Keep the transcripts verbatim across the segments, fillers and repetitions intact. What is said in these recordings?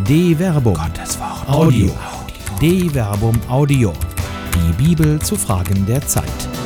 De Verbum. Gottes Wort. Audio. De Verbum Audio. Die Bibel zu Fragen der Zeit.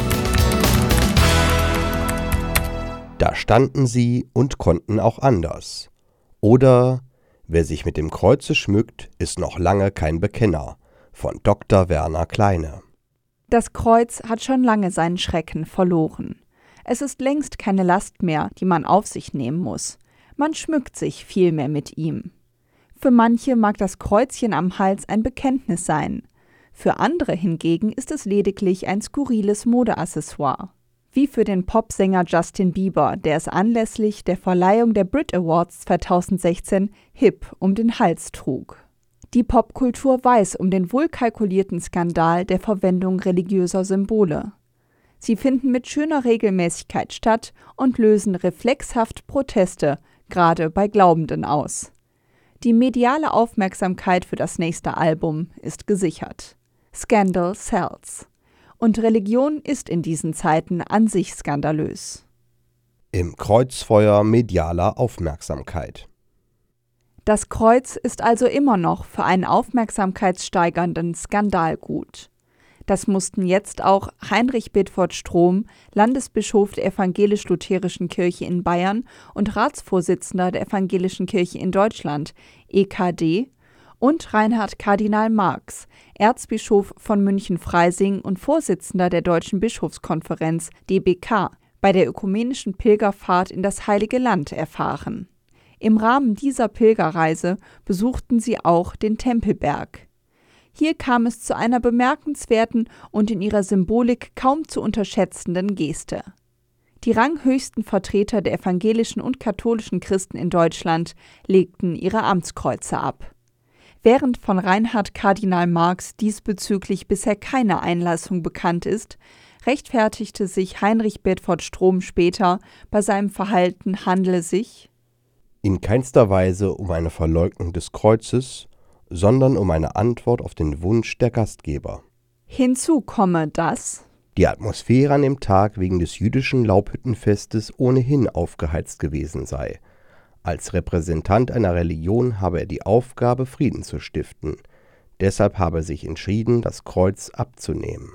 Da standen sie und konnten auch anders. Oder wer sich mit dem Kreuze schmückt, ist noch lange kein Bekenner. Von Doktor Werner Kleine. Das Kreuz hat schon lange seinen Schrecken verloren. Es ist längst keine Last mehr, die man auf sich nehmen muss. Man schmückt sich vielmehr mit ihm. Für manche mag das Kreuzchen am Hals ein Bekenntnis sein. Für andere hingegen ist es lediglich ein skurriles Modeaccessoire. Wie für den Popsänger Justin Bieber, der es anlässlich der Verleihung der Brit Awards zweitausendsechzehn hip um den Hals trug. Die Popkultur weiß um den wohlkalkulierten Skandal der Verwendung religiöser Symbole. Sie finden mit schöner Regelmäßigkeit statt und lösen reflexhaft Proteste, gerade bei Glaubenden, aus. Die mediale Aufmerksamkeit für das nächste Album ist gesichert. Scandal sells. Und Religion ist in diesen Zeiten an sich skandalös. Im Kreuzfeuer medialer Aufmerksamkeit. Das Kreuz ist also immer noch für einen aufmerksamkeitssteigernden Skandal gut. Das mussten jetzt auch Heinrich Bedford Strom, Landesbischof der Evangelisch-Lutherischen Kirche in Bayern und Ratsvorsitzender der Evangelischen Kirche in Deutschland, E K D, und Reinhard Kardinal Marx, Erzbischof von München-Freising und Vorsitzender der Deutschen Bischofskonferenz, D B K, bei der ökumenischen Pilgerfahrt in das Heilige Land erfahren. Im Rahmen dieser Pilgerreise besuchten sie auch den Tempelberg. Hier kam es zu einer bemerkenswerten und in ihrer Symbolik kaum zu unterschätzenden Geste. Die ranghöchsten Vertreter der evangelischen und katholischen Christen in Deutschland legten ihre Amtskreuze ab. Während von Reinhard Kardinal Marx diesbezüglich bisher keine Einlassung bekannt ist, rechtfertigte sich Heinrich Bedford Strom später, bei seinem Verhalten handle sich in keinster Weise um eine Verleugnung des Kreuzes, sondern um eine Antwort auf den Wunsch der Gastgeber. Hinzu komme, dass die Atmosphäre an dem Tag wegen des jüdischen Laubhüttenfestes ohnehin aufgeheizt gewesen sei. Als Repräsentant einer Religion habe er die Aufgabe, Frieden zu stiften. Deshalb habe er sich entschieden, das Kreuz abzunehmen.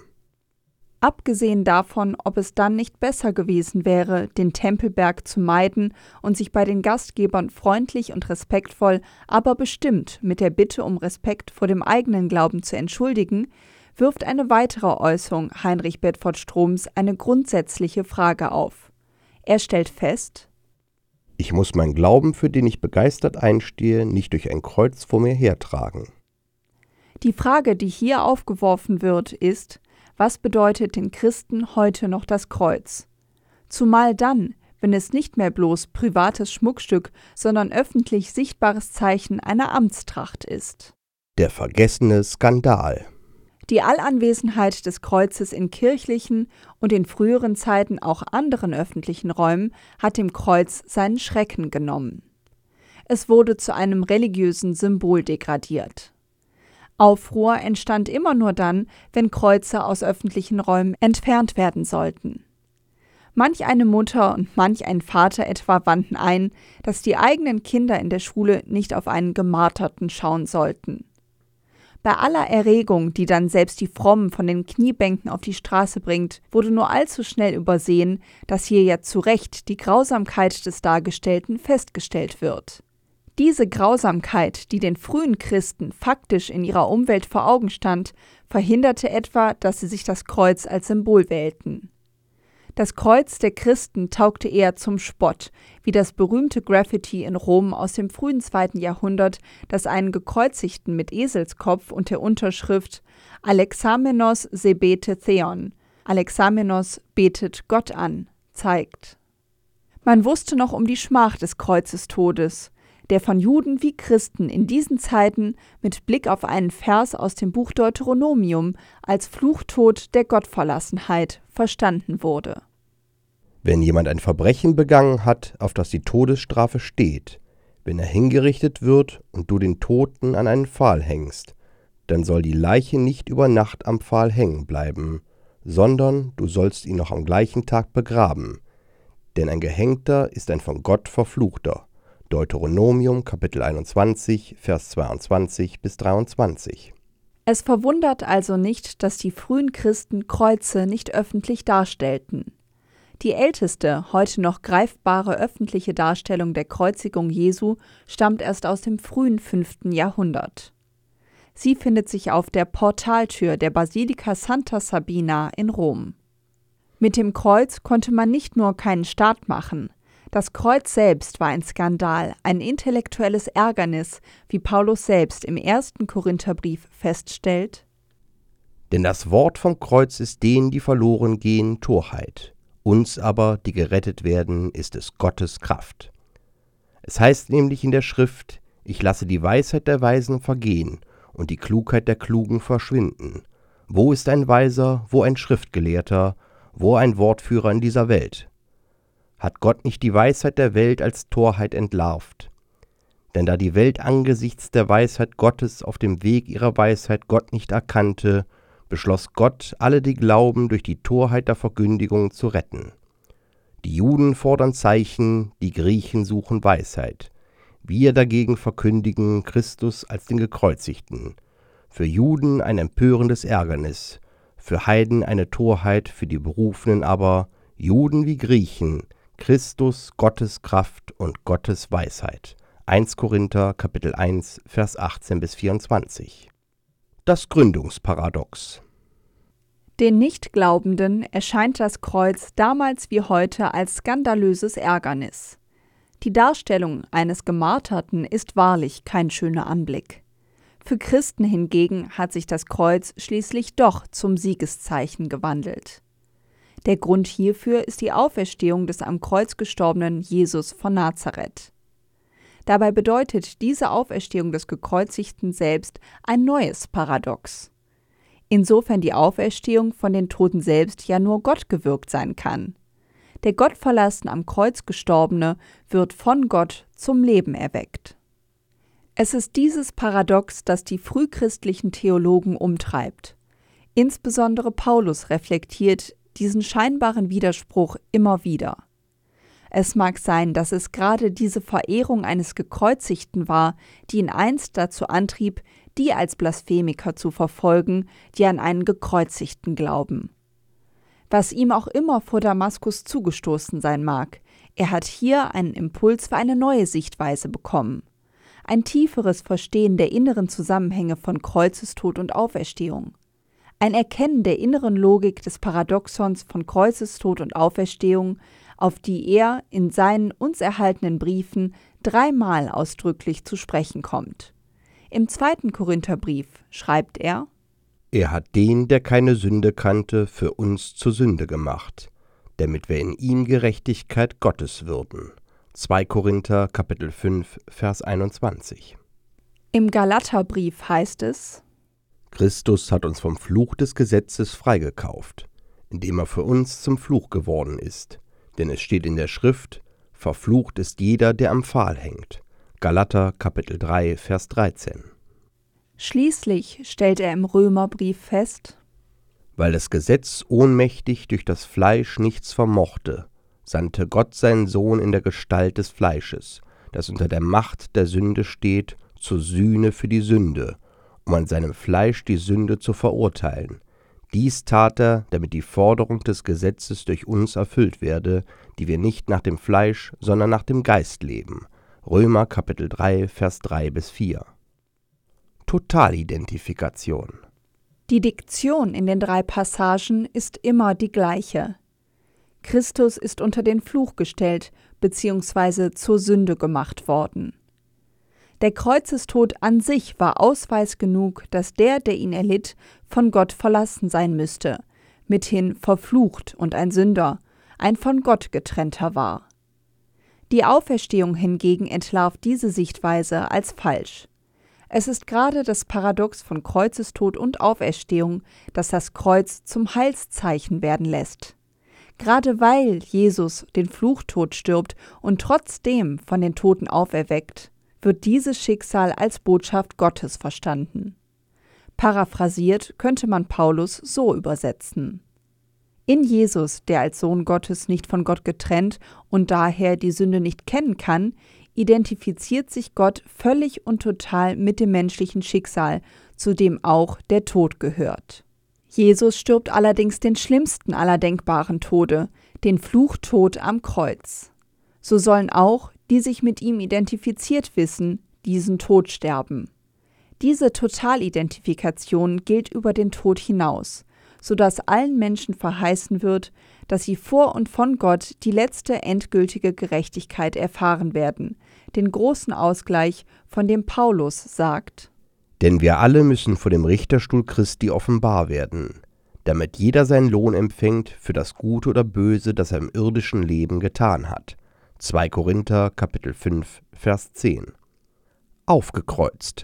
Abgesehen davon, ob es dann nicht besser gewesen wäre, den Tempelberg zu meiden und sich bei den Gastgebern freundlich und respektvoll, aber bestimmt mit der Bitte um Respekt vor dem eigenen Glauben zu entschuldigen, wirft eine weitere Äußerung Heinrich Bedford Stroms eine grundsätzliche Frage auf. Er stellt fest: Ich muss meinen Glauben, für den ich begeistert einstehe, nicht durch ein Kreuz vor mir hertragen. Die Frage, die hier aufgeworfen wird, ist: Was bedeutet den Christen heute noch das Kreuz? Zumal dann, wenn es nicht mehr bloß privates Schmuckstück, sondern öffentlich sichtbares Zeichen einer Amtstracht ist. Der vergessene Skandal. Die Allanwesenheit des Kreuzes in kirchlichen und in früheren Zeiten auch anderen öffentlichen Räumen hat dem Kreuz seinen Schrecken genommen. Es wurde zu einem religiösen Symbol degradiert. Aufruhr entstand immer nur dann, wenn Kreuze aus öffentlichen Räumen entfernt werden sollten. Manch eine Mutter und manch ein Vater etwa wandten ein, dass die eigenen Kinder in der Schule nicht auf einen Gemarterten schauen sollten. Bei aller Erregung, die dann selbst die Frommen von den Kniebänken auf die Straße bringt, wurde nur allzu schnell übersehen, dass hier ja zu Recht die Grausamkeit des Dargestellten festgestellt wird. Diese Grausamkeit, die den frühen Christen faktisch in ihrer Umwelt vor Augen stand, verhinderte etwa, dass sie sich das Kreuz als Symbol wählten. Das Kreuz der Christen taugte eher zum Spott, wie das berühmte Graffiti in Rom aus dem frühen zweiten Jahrhundert, das einen Gekreuzigten mit Eselskopf und der Unterschrift Alexamenos se bete Theon, Alexamenos betet Gott an, zeigt. Man wusste noch um die Schmach des Kreuzestodes, der von Juden wie Christen in diesen Zeiten mit Blick auf einen Vers aus dem Buch Deuteronomium als Fluchtod der Gottverlassenheit verstanden wurde. Wenn jemand ein Verbrechen begangen hat, auf das die Todesstrafe steht, wenn er hingerichtet wird und du den Toten an einen Pfahl hängst, dann soll die Leiche nicht über Nacht am Pfahl hängen bleiben, sondern du sollst ihn noch am gleichen Tag begraben. Denn ein Gehängter ist ein von Gott Verfluchter. Deuteronomium Kapitel einundzwanzig, Vers zweiundzwanzig bis dreiundzwanzig. Es verwundert also nicht, dass die frühen Christen Kreuze nicht öffentlich darstellten. Die älteste, heute noch greifbare öffentliche Darstellung der Kreuzigung Jesu stammt erst aus dem frühen fünften Jahrhundert. Sie findet sich auf der Portaltür der Basilika Santa Sabina in Rom. Mit dem Kreuz konnte man nicht nur keinen Staat machen. Das Kreuz selbst war ein Skandal, ein intellektuelles Ärgernis, wie Paulus selbst im ersten Korintherbrief feststellt. Denn das Wort vom Kreuz ist denen, die verloren gehen, Torheit. Uns aber, die gerettet werden, ist es Gottes Kraft. Es heißt nämlich in der Schrift, ich lasse die Weisheit der Weisen vergehen und die Klugheit der Klugen verschwinden. Wo ist ein Weiser, wo ein Schriftgelehrter, wo ein Wortführer in dieser Welt? Hat Gott nicht die Weisheit der Welt als Torheit entlarvt? Denn da die Welt angesichts der Weisheit Gottes auf dem Weg ihrer Weisheit Gott nicht erkannte, beschloss Gott, alle, die glauben, durch die Torheit der Verkündigung zu retten. Die Juden fordern Zeichen, die Griechen suchen Weisheit. Wir dagegen verkündigen Christus als den Gekreuzigten. Für Juden ein empörendes Ärgernis, für Heiden eine Torheit, für die Berufenen aber, Juden wie Griechen, Christus, Gottes Kraft und Gottes Weisheit. erster Korinther, Kapitel eins, Vers achtzehn bis vierundzwanzig. Das Gründungsparadox. Den Nichtglaubenden erscheint das Kreuz damals wie heute als skandalöses Ärgernis. Die Darstellung eines Gemarterten ist wahrlich kein schöner Anblick. Für Christen hingegen hat sich das Kreuz schließlich doch zum Siegeszeichen gewandelt. Der Grund hierfür ist die Auferstehung des am Kreuz gestorbenen Jesus von Nazareth. Dabei bedeutet diese Auferstehung des Gekreuzigten selbst ein neues Paradox. Insofern die Auferstehung von den Toten selbst ja nur Gott gewirkt sein kann. Der gottverlassen am Kreuz Gestorbene wird von Gott zum Leben erweckt. Es ist dieses Paradox, das die frühchristlichen Theologen umtreibt. Insbesondere Paulus reflektiert diesen scheinbaren Widerspruch immer wieder. Es mag sein, dass es gerade diese Verehrung eines Gekreuzigten war, die ihn einst dazu antrieb, die als Blasphemiker zu verfolgen, die an einen Gekreuzigten glauben. Was ihm auch immer vor Damaskus zugestoßen sein mag, er hat hier einen Impuls für eine neue Sichtweise bekommen. Ein tieferes Verstehen der inneren Zusammenhänge von Kreuzestod und Auferstehung. Ein Erkennen der inneren Logik des Paradoxons von Kreuzestod und Auferstehung, auf die er in seinen uns erhaltenen Briefen dreimal ausdrücklich zu sprechen kommt. Im zweiten Korintherbrief schreibt er: Er hat den, der keine Sünde kannte, für uns zur Sünde gemacht, damit wir in ihm Gerechtigkeit Gottes würden. zweiter Korinther, Kapitel fünf, Vers einundzwanzig. Im Galaterbrief heißt es: Christus hat uns vom Fluch des Gesetzes freigekauft, indem er für uns zum Fluch geworden ist. Denn es steht in der Schrift, verflucht ist jeder, der am Pfahl hängt. Galater, Kapitel drei, Vers dreizehn. Schließlich stellt er im Römerbrief fest: Weil das Gesetz ohnmächtig durch das Fleisch nichts vermochte, sandte Gott seinen Sohn in der Gestalt des Fleisches, das unter der Macht der Sünde steht, zur Sühne für die Sünde, um an seinem Fleisch die Sünde zu verurteilen. Dies tat er, damit die Forderung des Gesetzes durch uns erfüllt werde, die wir nicht nach dem Fleisch, sondern nach dem Geist leben. Römer Kapitel drei, Vers drei bis vier. Totalidentifikation. Die Diktion in den drei Passagen ist immer die gleiche. Christus ist unter den Fluch gestellt bzw. zur Sünde gemacht worden. Der Kreuzestod an sich war Ausweis genug, dass der, der ihn erlitt, von Gott verlassen sein müsste, mithin verflucht und ein Sünder, ein von Gott getrennter war. Die Auferstehung hingegen entlarvt diese Sichtweise als falsch. Es ist gerade das Paradox von Kreuzestod und Auferstehung, das das Kreuz zum Heilszeichen werden lässt. Gerade weil Jesus den Fluchtod stirbt und trotzdem von den Toten auferweckt, wird dieses Schicksal als Botschaft Gottes verstanden. Paraphrasiert könnte man Paulus so übersetzen: In Jesus, der als Sohn Gottes nicht von Gott getrennt und daher die Sünde nicht kennen kann, identifiziert sich Gott völlig und total mit dem menschlichen Schicksal, zu dem auch der Tod gehört. Jesus stirbt allerdings den schlimmsten aller denkbaren Tode, den Fluchtod am Kreuz. So sollen auch, die sich mit ihm identifiziert wissen, diesen Tod sterben. Diese Totalidentifikation gilt über den Tod hinaus, sodass allen Menschen verheißen wird, dass sie vor und von Gott die letzte endgültige Gerechtigkeit erfahren werden, den großen Ausgleich, von dem Paulus sagt: Denn wir alle müssen vor dem Richterstuhl Christi offenbar werden, damit jeder seinen Lohn empfängt für das Gute oder Böse, das er im irdischen Leben getan hat. zwei Korinther, Kapitel fünf, Vers zehn. Aufgekreuzt.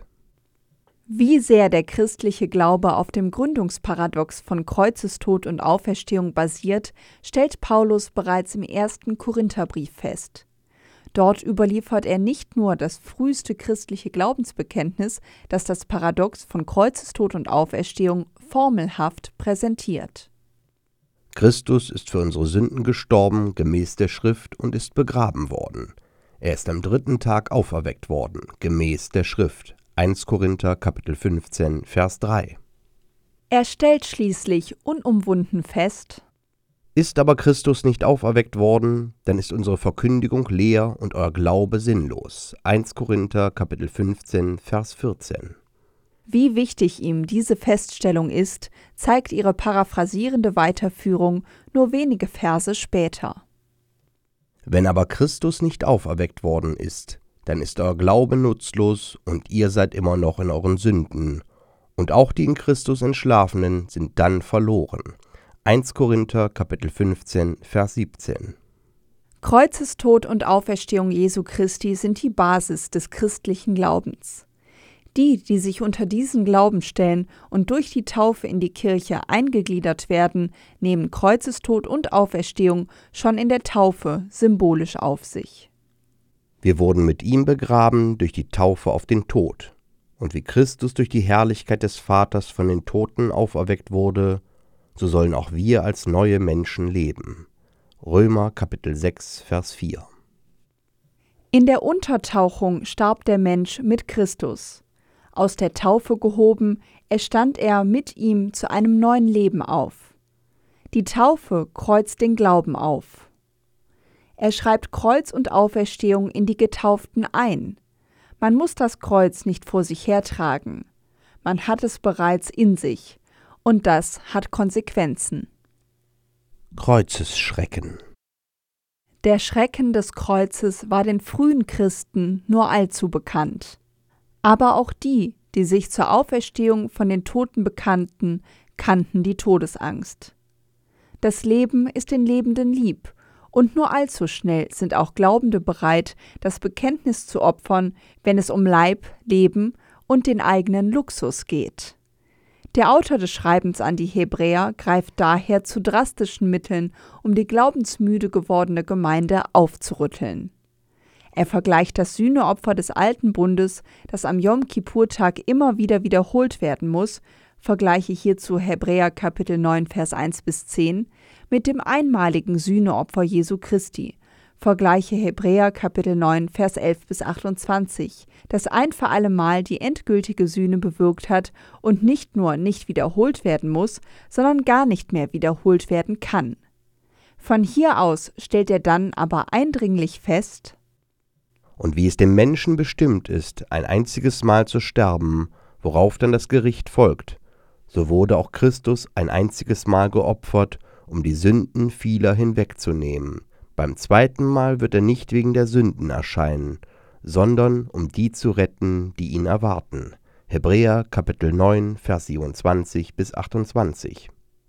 Wie sehr der christliche Glaube auf dem Gründungsparadox von Kreuzestod und Auferstehung basiert, stellt Paulus bereits im ersten Korintherbrief fest. Dort überliefert er nicht nur das früheste christliche Glaubensbekenntnis, das das Paradox von Kreuzestod und Auferstehung formelhaft präsentiert. Christus ist für unsere Sünden gestorben, gemäß der Schrift, und ist begraben worden. Er ist am dritten Tag auferweckt worden, gemäß der Schrift. erster Korinther, Kapitel fünfzehn, Vers drei. Er stellt schließlich unumwunden fest: Ist aber Christus nicht auferweckt worden, dann ist unsere Verkündigung leer und euer Glaube sinnlos. erster Korinther, Kapitel fünfzehn, Vers vierzehn. Wie wichtig ihm diese Feststellung ist, zeigt ihre paraphrasierende Weiterführung nur wenige Verse später. Wenn aber Christus nicht auferweckt worden ist, dann ist euer Glaube nutzlos und ihr seid immer noch in euren Sünden. Und auch die in Christus Entschlafenen sind dann verloren. erster Korinther, Kapitel fünfzehn, Vers siebzehn. Kreuzestod und Auferstehung Jesu Christi sind die Basis des christlichen Glaubens. Die, die sich unter diesen Glauben stellen und durch die Taufe in die Kirche eingegliedert werden, nehmen Kreuzestod und Auferstehung schon in der Taufe symbolisch auf sich. Wir wurden mit ihm begraben durch die Taufe auf den Tod. Und wie Christus durch die Herrlichkeit des Vaters von den Toten auferweckt wurde, so sollen auch wir als neue Menschen leben. Römer Kapitel sechs, Vers vier. In der Untertauchung starb der Mensch mit Christus. Aus der Taufe gehoben, erstand er mit ihm zu einem neuen Leben auf. Die Taufe kreuzt den Glauben auf. Er schreibt Kreuz und Auferstehung in die Getauften ein. Man muss das Kreuz nicht vor sich hertragen. Man hat es bereits in sich. Und das hat Konsequenzen. Kreuzesschrecken. Der Schrecken des Kreuzes war den frühen Christen nur allzu bekannt. Aber auch die, die sich zur Auferstehung von den Toten bekannten, kannten die Todesangst. Das Leben ist den Lebenden lieb, und nur allzu schnell sind auch Glaubende bereit, das Bekenntnis zu opfern, wenn es um Leib, Leben und den eigenen Luxus geht. Der Autor des Schreibens an die Hebräer greift daher zu drastischen Mitteln, um die glaubensmüde gewordene Gemeinde aufzurütteln. Er vergleicht das Sühneopfer des Alten Bundes, das am Jom-Kippur-Tag immer wieder wiederholt werden muss, vergleiche hierzu Hebräer Kapitel neun, Vers eins bis zehn, mit dem einmaligen Sühneopfer Jesu Christi, vergleiche Hebräer Kapitel neun, Vers elf bis achtundzwanzig, das ein für alle Mal die endgültige Sühne bewirkt hat und nicht nur nicht wiederholt werden muss, sondern gar nicht mehr wiederholt werden kann. Von hier aus stellt er dann aber eindringlich fest: Und wie es dem Menschen bestimmt ist, ein einziges Mal zu sterben, worauf dann das Gericht folgt, so wurde auch Christus ein einziges Mal geopfert, um die Sünden vieler hinwegzunehmen. Beim zweiten Mal wird er nicht wegen der Sünden erscheinen, sondern um die zu retten, die ihn erwarten. Hebräer Kapitel neun, Vers siebenundzwanzig bis achtundzwanzig.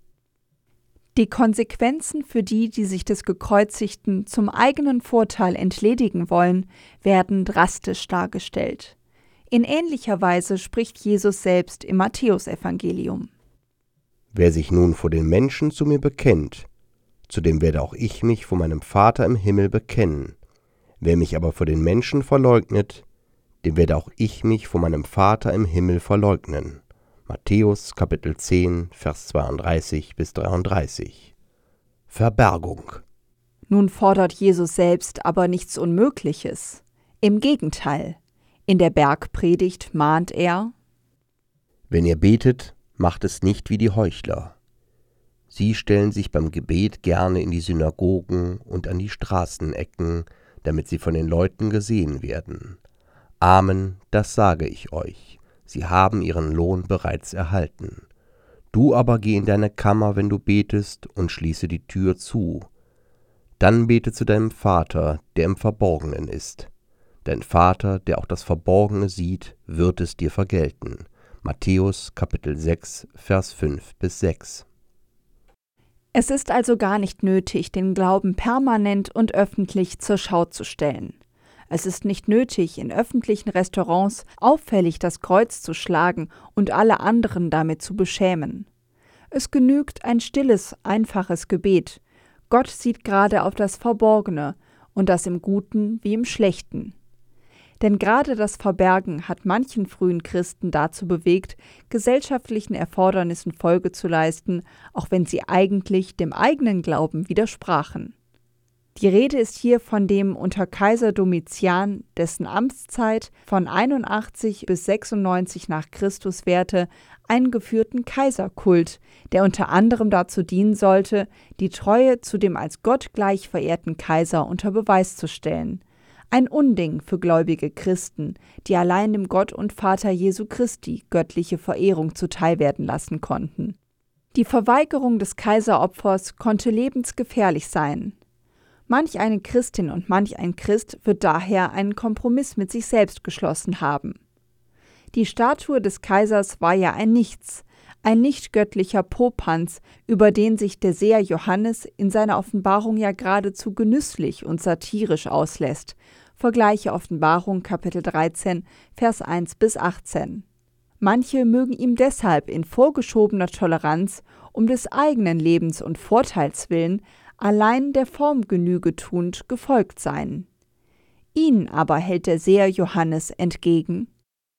Die Konsequenzen für die, die sich des Gekreuzigten zum eigenen Vorteil entledigen wollen, werden drastisch dargestellt. In ähnlicher Weise spricht Jesus selbst im Matthäusevangelium. Wer sich nun vor den Menschen zu mir bekennt, zu dem werde auch ich mich vor meinem Vater im Himmel bekennen. Wer mich aber vor den Menschen verleugnet, dem werde auch ich mich vor meinem Vater im Himmel verleugnen. Matthäus Kapitel zehn, Vers zweiunddreißig bis dreiunddreißig. Verbergung. Nun fordert Jesus selbst aber nichts Unmögliches. Im Gegenteil, in der Bergpredigt mahnt er: Wenn ihr betet, macht es nicht wie die Heuchler. Sie stellen sich beim Gebet gerne in die Synagogen und an die Straßenecken, damit sie von den Leuten gesehen werden. Amen, das sage ich euch, sie haben ihren Lohn bereits erhalten. Du aber geh in deine Kammer, wenn du betest, und schließe die Tür zu. Dann bete zu deinem Vater, der im Verborgenen ist. Dein Vater, der auch das Verborgene sieht, wird es dir vergelten. Matthäus Kapitel sechs, Vers fünf bis sechs. Es ist also gar nicht nötig, den Glauben permanent und öffentlich zur Schau zu stellen. Es ist nicht nötig, in öffentlichen Restaurants auffällig das Kreuz zu schlagen und alle anderen damit zu beschämen. Es genügt ein stilles, einfaches Gebet. Gott sieht gerade auf das Verborgene, und das im Guten wie im Schlechten. Denn gerade das Verbergen hat manchen frühen Christen dazu bewegt, gesellschaftlichen Erfordernissen Folge zu leisten, auch wenn sie eigentlich dem eigenen Glauben widersprachen. Die Rede ist hier von dem unter Kaiser Domitian, dessen Amtszeit von einundachtzig bis sechsundneunzig nach Christus währte, eingeführten Kaiserkult, der unter anderem dazu dienen sollte, die Treue zu dem als Gott gleich verehrten Kaiser unter Beweis zu stellen. Ein Unding für gläubige Christen, die allein dem Gott und Vater Jesu Christi göttliche Verehrung zuteilwerden lassen konnten. Die Verweigerung des Kaiseropfers konnte lebensgefährlich sein. Manch eine Christin und manch ein Christ wird daher einen Kompromiss mit sich selbst geschlossen haben. Die Statue des Kaisers war ja ein Nichts, ein nicht göttlicher Popanz, über den sich der Seher Johannes in seiner Offenbarung ja geradezu genüsslich und satirisch auslässt. Vergleiche Offenbarung Kapitel dreizehn, Vers eins bis achtzehn. Manche mögen ihm deshalb in vorgeschobener Toleranz um des eigenen Lebens und Vorteils willen allein der Form Genüge tuend gefolgt sein. Ihnen aber hält der Seher Johannes entgegen: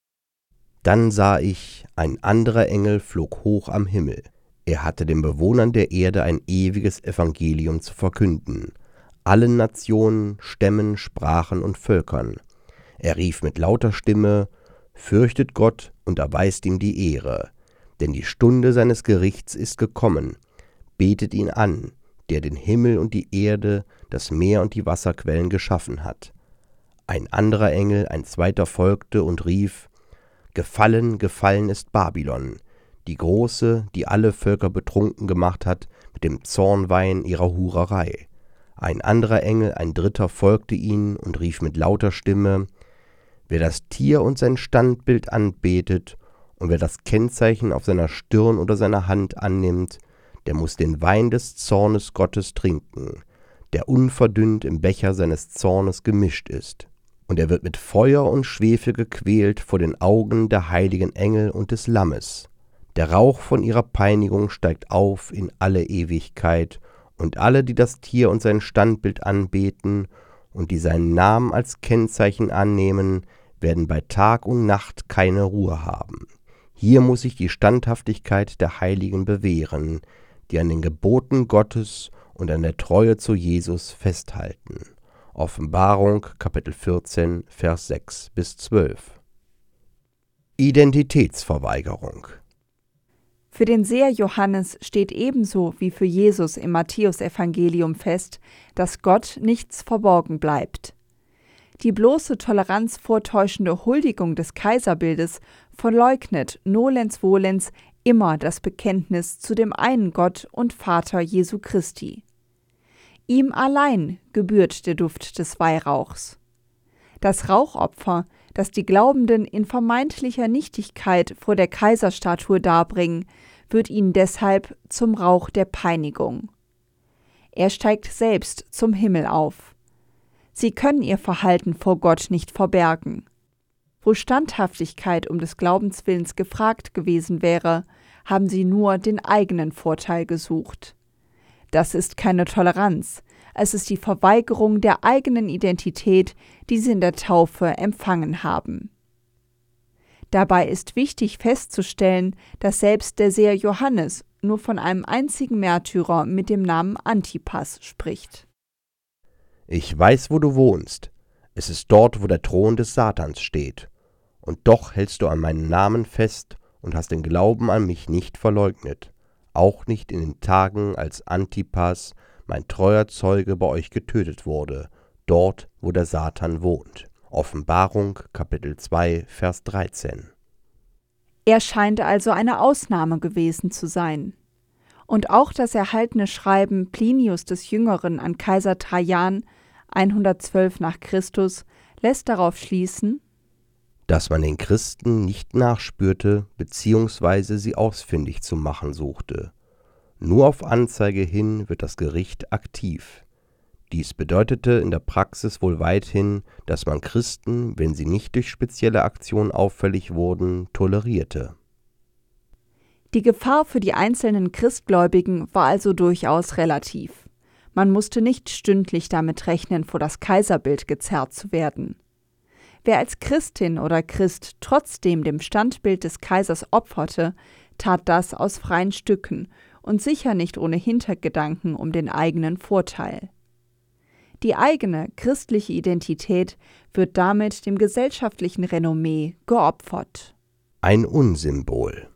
Dann sah ich, ein anderer Engel flog hoch am Himmel. Er hatte den Bewohnern der Erde ein ewiges Evangelium zu verkünden, allen Nationen, Stämmen, Sprachen und Völkern. Er rief mit lauter Stimme: Fürchtet Gott und erweist ihm die Ehre, denn die Stunde seines Gerichts ist gekommen. Betet ihn an, der den Himmel und die Erde, das Meer und die Wasserquellen geschaffen hat. Ein anderer Engel, ein zweiter folgte und rief: Gefallen, gefallen ist Babylon, die große, die alle Völker betrunken gemacht hat mit dem Zornwein ihrer Hurerei. Ein anderer Engel, ein dritter folgte ihnen und rief mit lauter Stimme: Wer das Tier und sein Standbild anbetet und wer das Kennzeichen auf seiner Stirn oder seiner Hand annimmt, der muss den Wein des Zornes Gottes trinken, der unverdünnt im Becher seines Zornes gemischt ist. Und er wird mit Feuer und Schwefel gequält vor den Augen der heiligen Engel und des Lammes. Der Rauch von ihrer Peinigung steigt auf in alle Ewigkeit, und alle, die das Tier und sein Standbild anbeten und die seinen Namen als Kennzeichen annehmen, werden bei Tag und Nacht keine Ruhe haben. Hier muss sich die Standhaftigkeit der Heiligen bewähren, die an den Geboten Gottes und an der Treue zu Jesus festhalten. Offenbarung Kapitel vierzehn, Vers sechs bis zwölf. Identitätsverweigerung. Für den Seher Johannes steht ebenso wie für Jesus im Matthäusevangelium fest, dass Gott nichts verborgen bleibt. Die bloße toleranzvortäuschende Huldigung des Kaiserbildes verleugnet nolens volens immer das Bekenntnis zu dem einen Gott und Vater Jesu Christi. Ihm allein gebührt der Duft des Weihrauchs. Das Rauchopfer, das die Glaubenden in vermeintlicher Nichtigkeit vor der Kaiserstatue darbringen, wird ihnen deshalb zum Rauch der Peinigung. Er steigt selbst zum Himmel auf. Sie können ihr Verhalten vor Gott nicht verbergen. Wo Standhaftigkeit um des Glaubenswillens gefragt gewesen wäre, haben sie nur den eigenen Vorteil gesucht. Das ist keine Toleranz, es ist die Verweigerung der eigenen Identität, die sie in der Taufe empfangen haben. Dabei ist wichtig festzustellen, dass selbst der Seher Johannes nur von einem einzigen Märtyrer mit dem Namen Antipas spricht. Ich weiß, wo du wohnst. Es ist dort, wo der Thron des Satans steht. Und doch hältst du an meinen Namen fest und hast den Glauben an mich nicht verleugnet, auch nicht in den Tagen, als Antipas, mein treuer Zeuge, bei euch getötet wurde, dort, wo der Satan wohnt. Offenbarung, Kapitel zwei, Vers dreizehn. Er scheint also eine Ausnahme gewesen zu sein. Und auch das erhaltene Schreiben Plinius des Jüngeren an Kaiser Trajan hundertzwölf nach Christus lässt darauf schließen, dass man den Christen nicht nachspürte bzw. sie ausfindig zu machen suchte. Nur auf Anzeige hin wird das Gericht aktiv. Dies bedeutete in der Praxis wohl weithin, dass man Christen, wenn sie nicht durch spezielle Aktionen auffällig wurden, tolerierte. Die Gefahr für die einzelnen Christgläubigen war also durchaus relativ. Man musste nicht stündlich damit rechnen, vor das Kaiserbild gezerrt zu werden. Wer als Christin oder Christ trotzdem dem Standbild des Kaisers opferte, tat das aus freien Stücken und sicher nicht ohne Hintergedanken um den eigenen Vorteil. Die eigene christliche Identität wird damit dem gesellschaftlichen Renommee geopfert. Ein Unsymbol.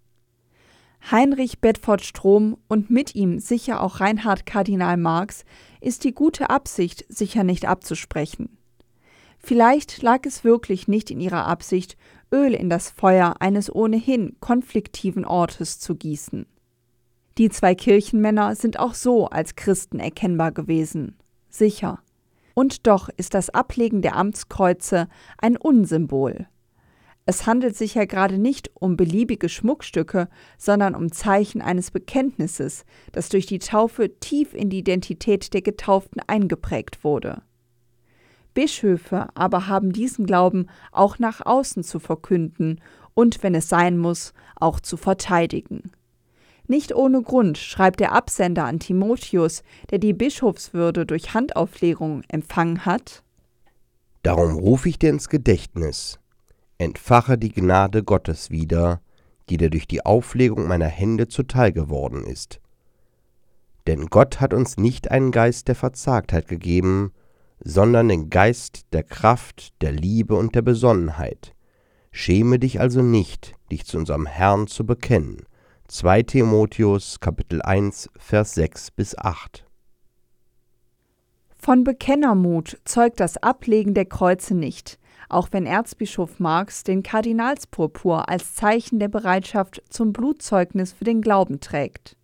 Heinrich Bedford Strom und mit ihm sicher auch Reinhard Kardinal Marx ist die gute Absicht sicher nicht abzusprechen. Vielleicht lag es wirklich nicht in ihrer Absicht, Öl in das Feuer eines ohnehin konfliktiven Ortes zu gießen. Die zwei Kirchenmänner sind auch so als Christen erkennbar gewesen. Sicher. Und doch ist das Ablegen der Amtskreuze ein Unsymbol. Es handelt sich ja gerade nicht um beliebige Schmuckstücke, sondern um Zeichen eines Bekenntnisses, das durch die Taufe tief in die Identität der Getauften eingeprägt wurde. Bischöfe aber haben diesen Glauben auch nach außen zu verkünden und, wenn es sein muss, auch zu verteidigen. Nicht ohne Grund schreibt der Absender an Timotheus, der die Bischofswürde durch Handauflegung empfangen hat: Darum rufe ich dir ins Gedächtnis, entfache die Gnade Gottes wieder, die dir durch die Auflegung meiner Hände zuteil geworden ist. Denn Gott hat uns nicht einen Geist der Verzagtheit gegeben, sondern den Geist der Kraft, der Liebe und der Besonnenheit. Schäme dich also nicht, dich zu unserem Herrn zu bekennen. zwei Timotheus, Kapitel eins, Vers sechs bis acht. Von Bekennermut zeugt das Ablegen der Kreuze nicht, auch wenn Erzbischof Marx den Kardinalspurpur als Zeichen der Bereitschaft zum Blutzeugnis für den Glauben trägt.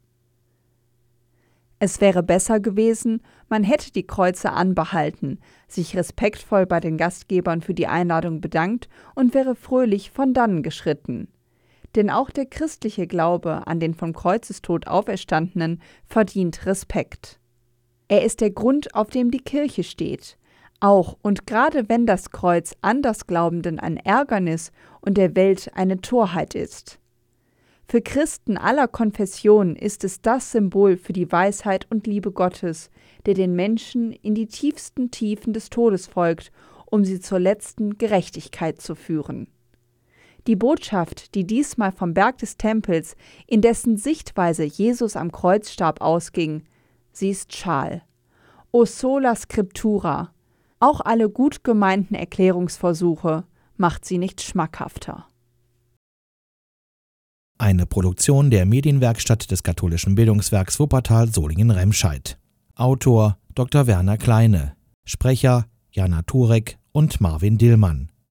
Es wäre besser gewesen, man hätte die Kreuze anbehalten, sich respektvoll bei den Gastgebern für die Einladung bedankt und wäre fröhlich von dannen geschritten. Denn auch der christliche Glaube an den vom Kreuzestod Auferstandenen verdient Respekt. Er ist der Grund, auf dem die Kirche steht. Auch und gerade wenn das Kreuz Andersglaubenden ein Ärgernis und der Welt eine Torheit ist. Für Christen aller Konfessionen ist es das Symbol für die Weisheit und Liebe Gottes, der den Menschen in die tiefsten Tiefen des Todes folgt, um sie zur letzten Gerechtigkeit zu führen. Die Botschaft, die diesmal vom Berg des Tempels, in dessen Sichtweise Jesus am Kreuzstab ausging, sie ist schal. O sola scriptura, auch alle gut gemeinten Erklärungsversuche macht sie nicht schmackhafter. Eine Produktion der Medienwerkstatt des katholischen Bildungswerks Wuppertal Solingen-Remscheid. Autor Doktor Werner Kleine. Sprecher Jana Turek und Marvin Dillmann.